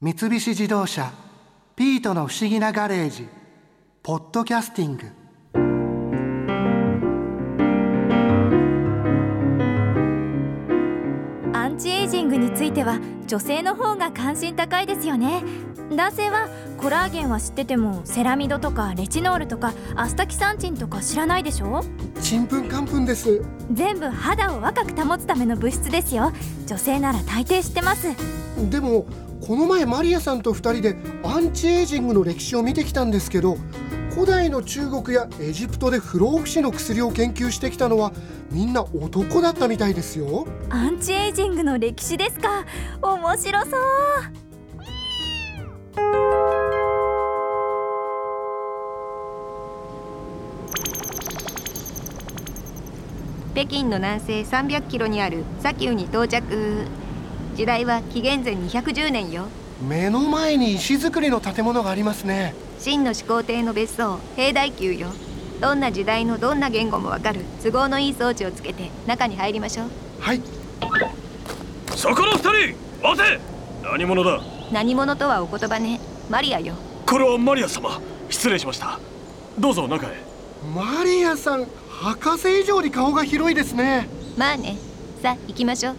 三菱自動車ピートの不思議なガレージポッドキャスティング。 アンチエイジングについては女性の方が関心高いですよね。男性はコラーゲンは知っててもセラミドとかレチノールとかアスタキサンチンとか知らないでしょ。 ちんぷんかんぷんです。 全部肌を若く保つための物質ですよ。女性なら大抵知ってます。 でもこの前マリアさんと2人でアンチエイジングの歴史を見てきたんですけど、古代の中国やエジプトで不老不死の薬を研究してきたのはみんな男だったみたいですよ。 アンチエイジングの歴史ですか。面白そう。 北京の南西300キロにある砂丘に到着。時代は紀元前210年よ。 目の前に石造りの建物がありますね。 秦の始皇帝の別荘平大宮よ。どんな時代のどんな言語もわかる都合のいい装置をつけて中に入りましょう。 はい。 そこの2人待て。何者だ。 何者とはお言葉ね。マリアよ。 これはマリア様。失礼しました。どうぞ中へ。 マリアさん、博士以上に顔が広いですね。 まあね。さあ行きましょう。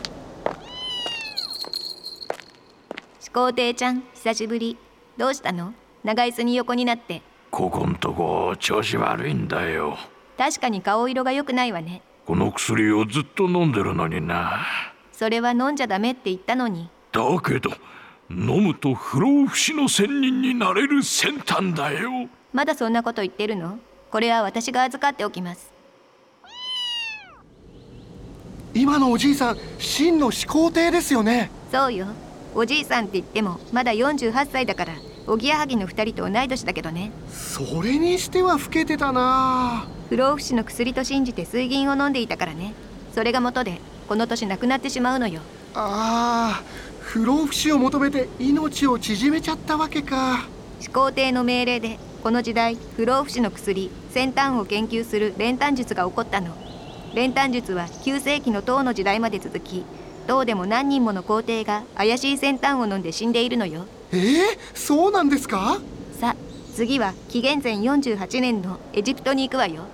始皇帝ちゃん久しぶり。どうしたの。長椅子に横になって。 ここんとこ調子悪いんだよ。 確かに顔色が良くないわね。 この薬をずっと飲んでるのにな。 それは飲んじゃダメって言ったのに。 だけど飲むと不老不死の仙人になれる先端だよ。 まだそんなこと言ってるの。これは私が預かっておきます。 今のおじいさん、秦の始皇帝ですよね。 そうよ。おじいさんって言ってもまだ48歳だから、おぎやはぎの2人と同い年だけどね。 それにしては老けてたな。 不老不死の薬と信じて水銀を飲んでいたからね。それが元でこの年亡くなってしまうのよ。 ああ、不老不死を求めて命を縮めちゃったわけか。 始皇帝の命令でこの時代不老不死の薬先端を研究する練炭術が起こったの。練炭術は9世紀の唐の時代まで続き、唐でも何人もの皇帝が怪しい先端を飲んで死んでいるのよ。 そうなんですか。 さあ次は紀元前48年のエジプトに行くわよ。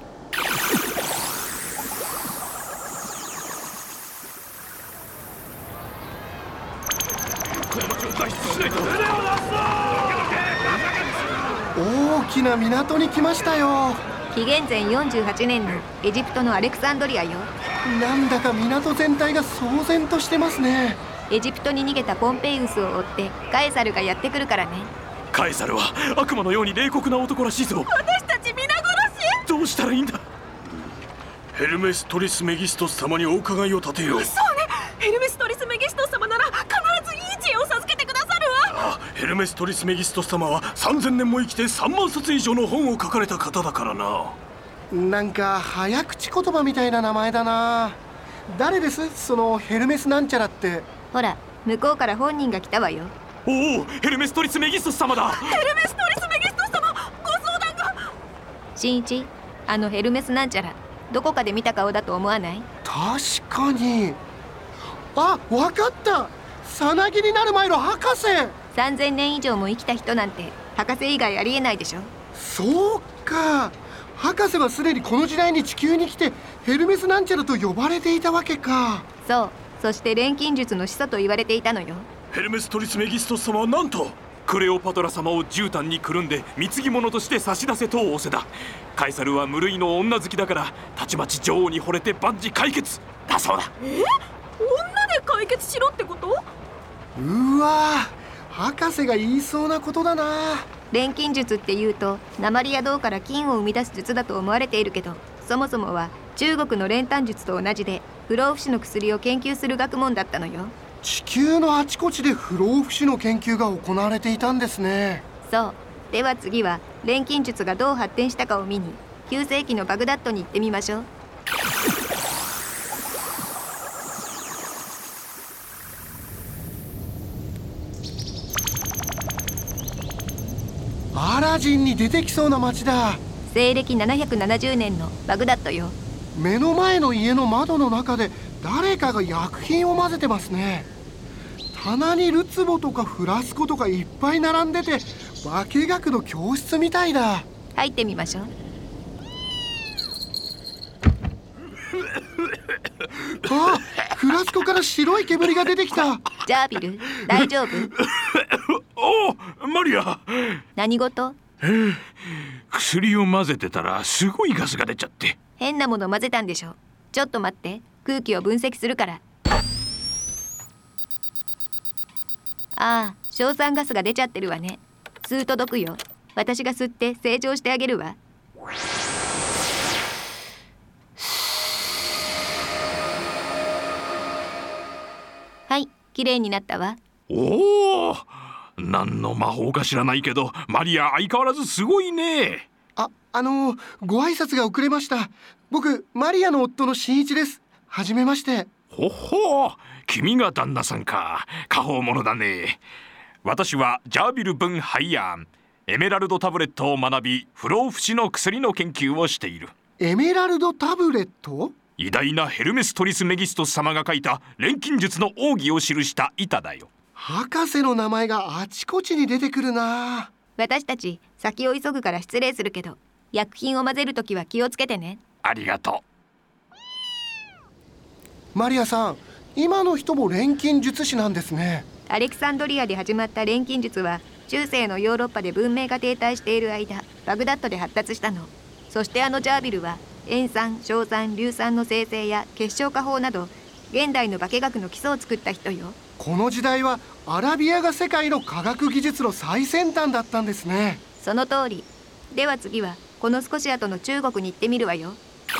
大きな港に来ましたよ。 紀元前48年のエジプトのアレクサンドリアよ。 なんだか港全体が騒然としてますね。 エジプトに逃げたポンペイウスを追ってカエサルがやってくるからね。 カエサルは悪魔のように冷酷な男らしいぞ。 私たち皆殺し。 どうしたらいいんだ。ヘルメストリスメギストス様にお伺いを立てよう。 そうね。ヘルメストリスメギストス様なら必ずいい知恵を授けてくださるわ。 ヘルメストリスメギストス様は3000年も生きて3万冊以上の本を書かれた方だからな。 なんか早口言葉みたいな名前だな。誰です、そのヘルメスなんちゃらって。 ほら向こうから本人が来たわよ。 おお、ヘルメストリスメギストス様だ。 ヘルメストリスメギストス様、ご相談が。 新一、あのヘルメスなんちゃらどこかで見た顔だと思わない？ 確かに。あ、わかった。さなぎになる前の博士。 3000年以上も生きた人なんて博士以外ありえないでしょ。 そうか。博士はすでにこの時代に地球に来てヘルメスなんちゃらと呼ばれていたわけか。 そう。そして錬金術の始祖と言われていたのよ。 ヘルメストリスメギストス様はなんとクレオパトラ様を絨毯にくるんで貢ぎ物として差し出せと仰せだ。カエサルは無類の女好きだからたちまち女王に惚れて万事解決だそうだ。 女で解決しろってこと？ うわ、博士が言いそうなことだな。 錬金術っていうと鉛や銅から金を生み出す術だと思われているけど、そもそもは中国の練炭術と同じで不老不死の薬を研究する学問だったのよ。 地球のあちこちで不老不死の研究が行われていたんですね。 そう。では次は錬金術がどう発展したかを見に9世紀のバグダッドに行ってみましょう。 アラジンに出てきそうな街だ。 西暦770年のバグダッドよ。 目の前の家の窓の中で誰かが薬品を混ぜてますね。 棚にルツボとかフラスコとかいっぱい並んでて、化学の教室みたいだ。 入ってみましょう。 あ、フラスコから白い煙が出てきた。 ジャービル、大丈夫？ おお、マリア。 何事？ 薬を混ぜてたらすごいガスが出ちゃって。 変なもの混ぜたんでしょ。ちょっと待って、空気を分析するから。ああ、硝酸ガスが出ちゃってるわね。吸うと毒よ。私が吸って清浄してあげるわ。はい、綺麗になったわ。 おお、何の魔法か知らないけど、マリア相変わらずすごいね。 ご挨拶が遅れました。僕、マリアの夫の新一です。はじめまして。 ほほう、君が旦那さんか。果報者だね。私はジャービル・ブン・ハイヤーン。エメラルドタブレットを学び、不老不死の薬の研究をしている。 エメラルドタブレット？ 偉大なヘルメストリス・メギストス様が書いた錬金術の奥義を記した板だよ。 博士の名前があちこちに出てくるな。 私たち先を急ぐから失礼するけど、薬品を混ぜるときは気をつけてね。 ありがとう。マリアさん、今の人も錬金術師なんですね。 アレクサンドリアで始まった錬金術は、中世のヨーロッパで文明が停滞している間、バグダッドで発達したの。そしてジャービルは塩酸、硝酸、硫酸の生成や結晶化法など、現代の化学の基礎を作った人よ。 この時代はアラビアが世界の科学技術の最先端だったんですね。 その通り。では次はこの少し後の中国に行ってみるわよ。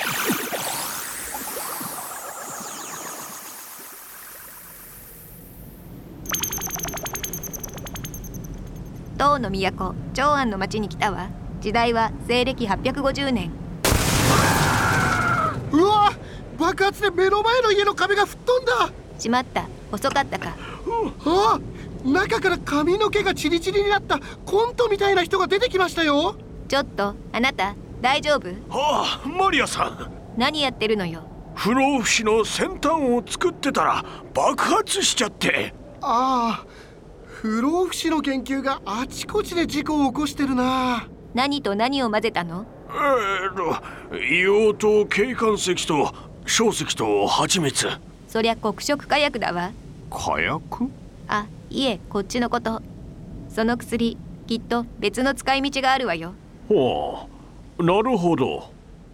唐の都長安の町に来たわ。時代は西暦850年。 うわ、爆発で目の前の家の壁が吹っ飛んだ。 しまった、遅かったか。 あ、中から髪の毛がチリチリになったコントみたいな人が出てきましたよ。 ちょっとあなた大丈夫？ はあ、マリアさん。 何やってるのよ。 不老不死の先端を作ってたら爆発しちゃって。 ああ、不老不死の研究があちこちで事故を起こしてるな。 何と何を混ぜたの？ 硫黄と軽岩石と硝石と蜂蜜。 そりゃ黒色火薬だわ。 火薬？ あ、いえ、こっちのこと。その薬、きっと別の使い道があるわよ。 ほう、なるほど。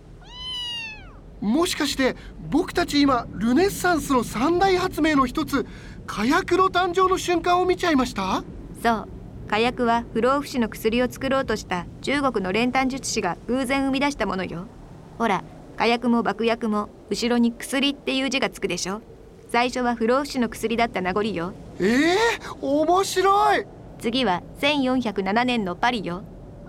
もしかして僕たち今ルネッサンスの三大発明の一つ、火薬の誕生の瞬間を見ちゃいました？ そう、火薬は不老不死の薬を作ろうとした中国の練炭術師が偶然生み出したものよ。ほら、火薬も爆薬も後ろに薬っていう字がつくでしょ。最初は不老不死の薬だった名残よ。 面白い。 次は1407年のパリよ。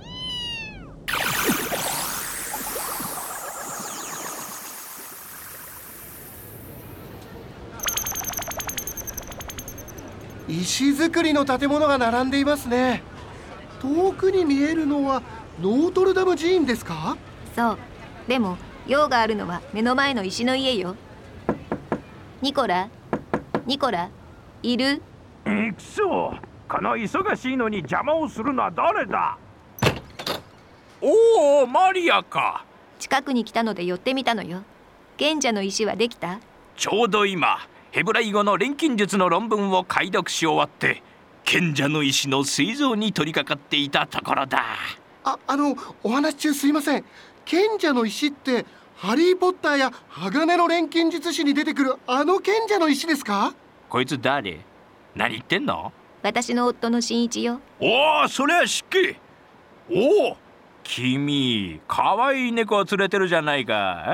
石造りの建物が並んでいますね。遠くに見えるのはノートルダム寺院ですか？ そう。でも用があるのは目の前の石の家よ。ニコラいる？ くそ、この忙しいのに邪魔をするのは誰だ？おお、マリアか。 近くに来たので寄ってみたのよ。賢者の石はできた？ ちょうど今ヘブライ語の錬金術の論文を解読し終わって賢者の石の製造に取り掛かっていたところだ。 お話中すいません。賢者の石ってハリーポッターや鋼の錬金術師に出てくるあの賢者の石ですか？ こいつ誰？何言ってんの？ 私の夫の新一よ。 おお、それは失敬。おお、 君、かわいい猫を連れてるじゃないか。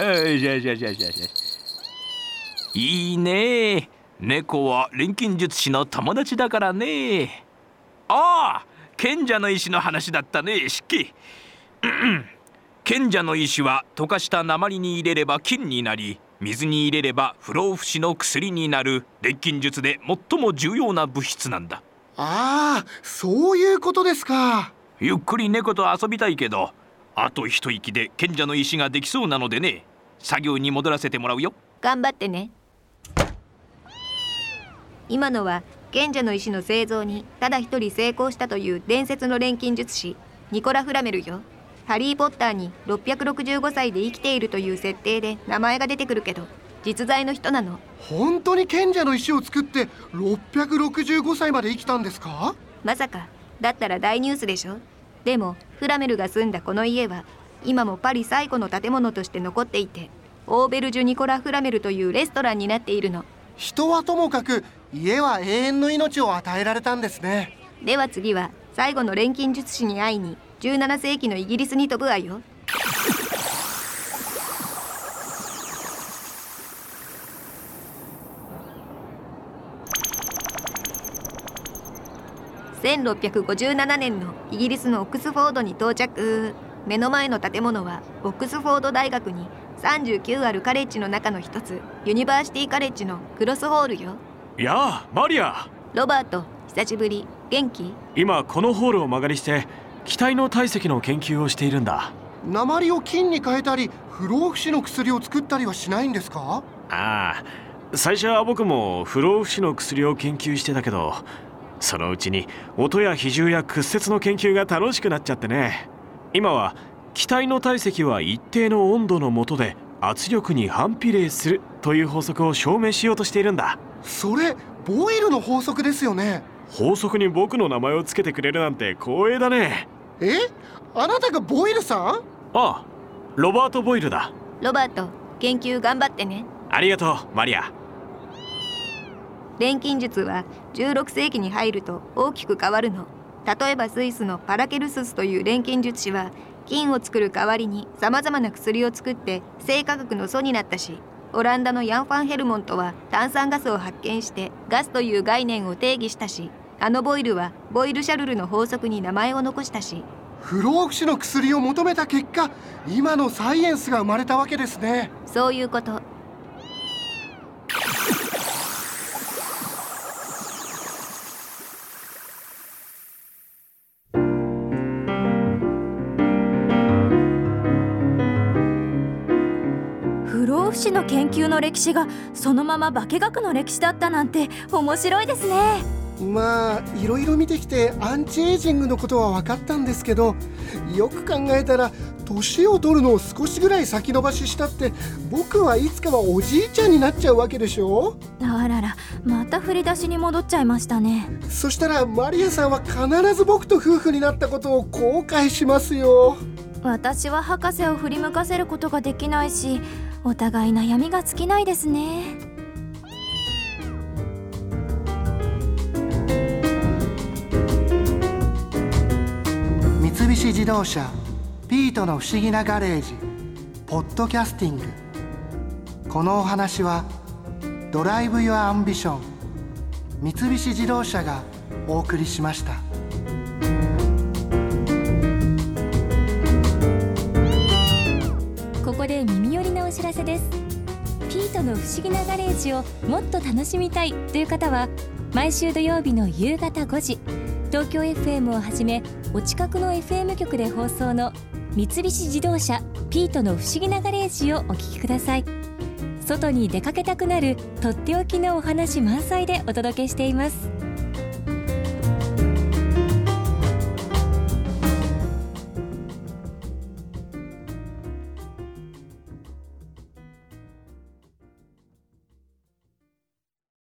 いいね。猫は錬金術師の友達だからね。ああ、賢者の石の話だったね、失敬。賢者の石は溶かした鉛に入れれば金になり、水に入れれば不老不死の薬になる錬金術で最も重要な物質なんだ。 ああ、そういうことですか。 ゆっくり猫と遊びたいけど、あと一息で賢者の石ができそうなのでね、作業に戻らせてもらうよ。 頑張ってね。 今のは賢者の石の製造にただ一人成功したという伝説の錬金術師ニコラ・フラメルよ。ハリー・ポッターに665歳で生きているという設定で名前が出てくるけど、実在の人なの。 本当に賢者の石を作って665歳まで生きたんですか？ まさか。だったら大ニュースでしょ。でもフラメルが住んだこの家は今もパリ最古の建物として残っていて、オーベルジュ・ニコラ・フラメルというレストランになっているの。 人はともかく家は永遠の命を与えられたんですね。 では次は最後の錬金術師に会いに17世紀のイギリスに飛ぶわよ。1657年のイギリスのオックスフォードに到着。目の前の建物はオックスフォード大学に39あるカレッジの中の一つ、ユニバーシティカレッジのクロスホールよ。 やあ、マリア。 ロバート、久しぶり。元気？ 今このホールを間借りして気体の体積の研究をしているんだ。 鉛を金に変えたり不老不死の薬を作ったりはしないんですか？ ああ、最初は僕も不老不死の薬を研究してたけど、そのうちに音や比重や屈折の研究が楽しくなっちゃってね。今は気体の体積は一定の温度の下で圧力に反比例するという法則を証明しようとしているんだ。 それボイルの法則ですよね。 法則に僕の名前をつけてくれるなんて光栄だね。 あなたがボイルさん？ ああ、ロバート・ボイルだ。 ロバート、研究頑張ってね。 ありがとう、マリア。 錬金術は16世紀に入ると大きく変わるの。例えばスイスのパラケルススという錬金術師は金を作る代わりに様々な薬を作って生化学の祖になったし、オランダのヤン・ファン・ヘルモントは炭酸ガスを発見してガスという概念を定義したし、ボイルはボイル・シャルルの法則に名前を残したし。 不老不死の薬を求めた結果、今のサイエンスが生まれたわけですね。 そういうこと。 不老不死の研究の歴史がそのまま化学の歴史だったなんて面白いですね。 まあいろいろ見てきてアンチエイジングのことは分かったんですけど、よく考えたら年を取るのを少しぐらい先延ばししたって僕はいつかはおじいちゃんになっちゃうわけでしょ。 あらら、また振り出しに戻っちゃいましたね。 そしたらマリアさんは必ず僕と夫婦になったことを後悔しますよ。 私は博士を振り向かせることができないし、お互い悩みが尽きないですね。 三菱自動車ピートの不思議なガレージポッドキャスティング。このお話はドライブ・ユア・アンビション三菱自動車がお送りしました。 ここで耳寄りなお知らせです。ピートの不思議なガレージをもっと楽しみたいという方は、毎週土曜日の夕方5時、東京 FM をはじめお近くの FM 局で放送の三菱自動車ピートの不思議なガレージをお聞きください。外に出かけたくなるとっておきのお話満載でお届けしています。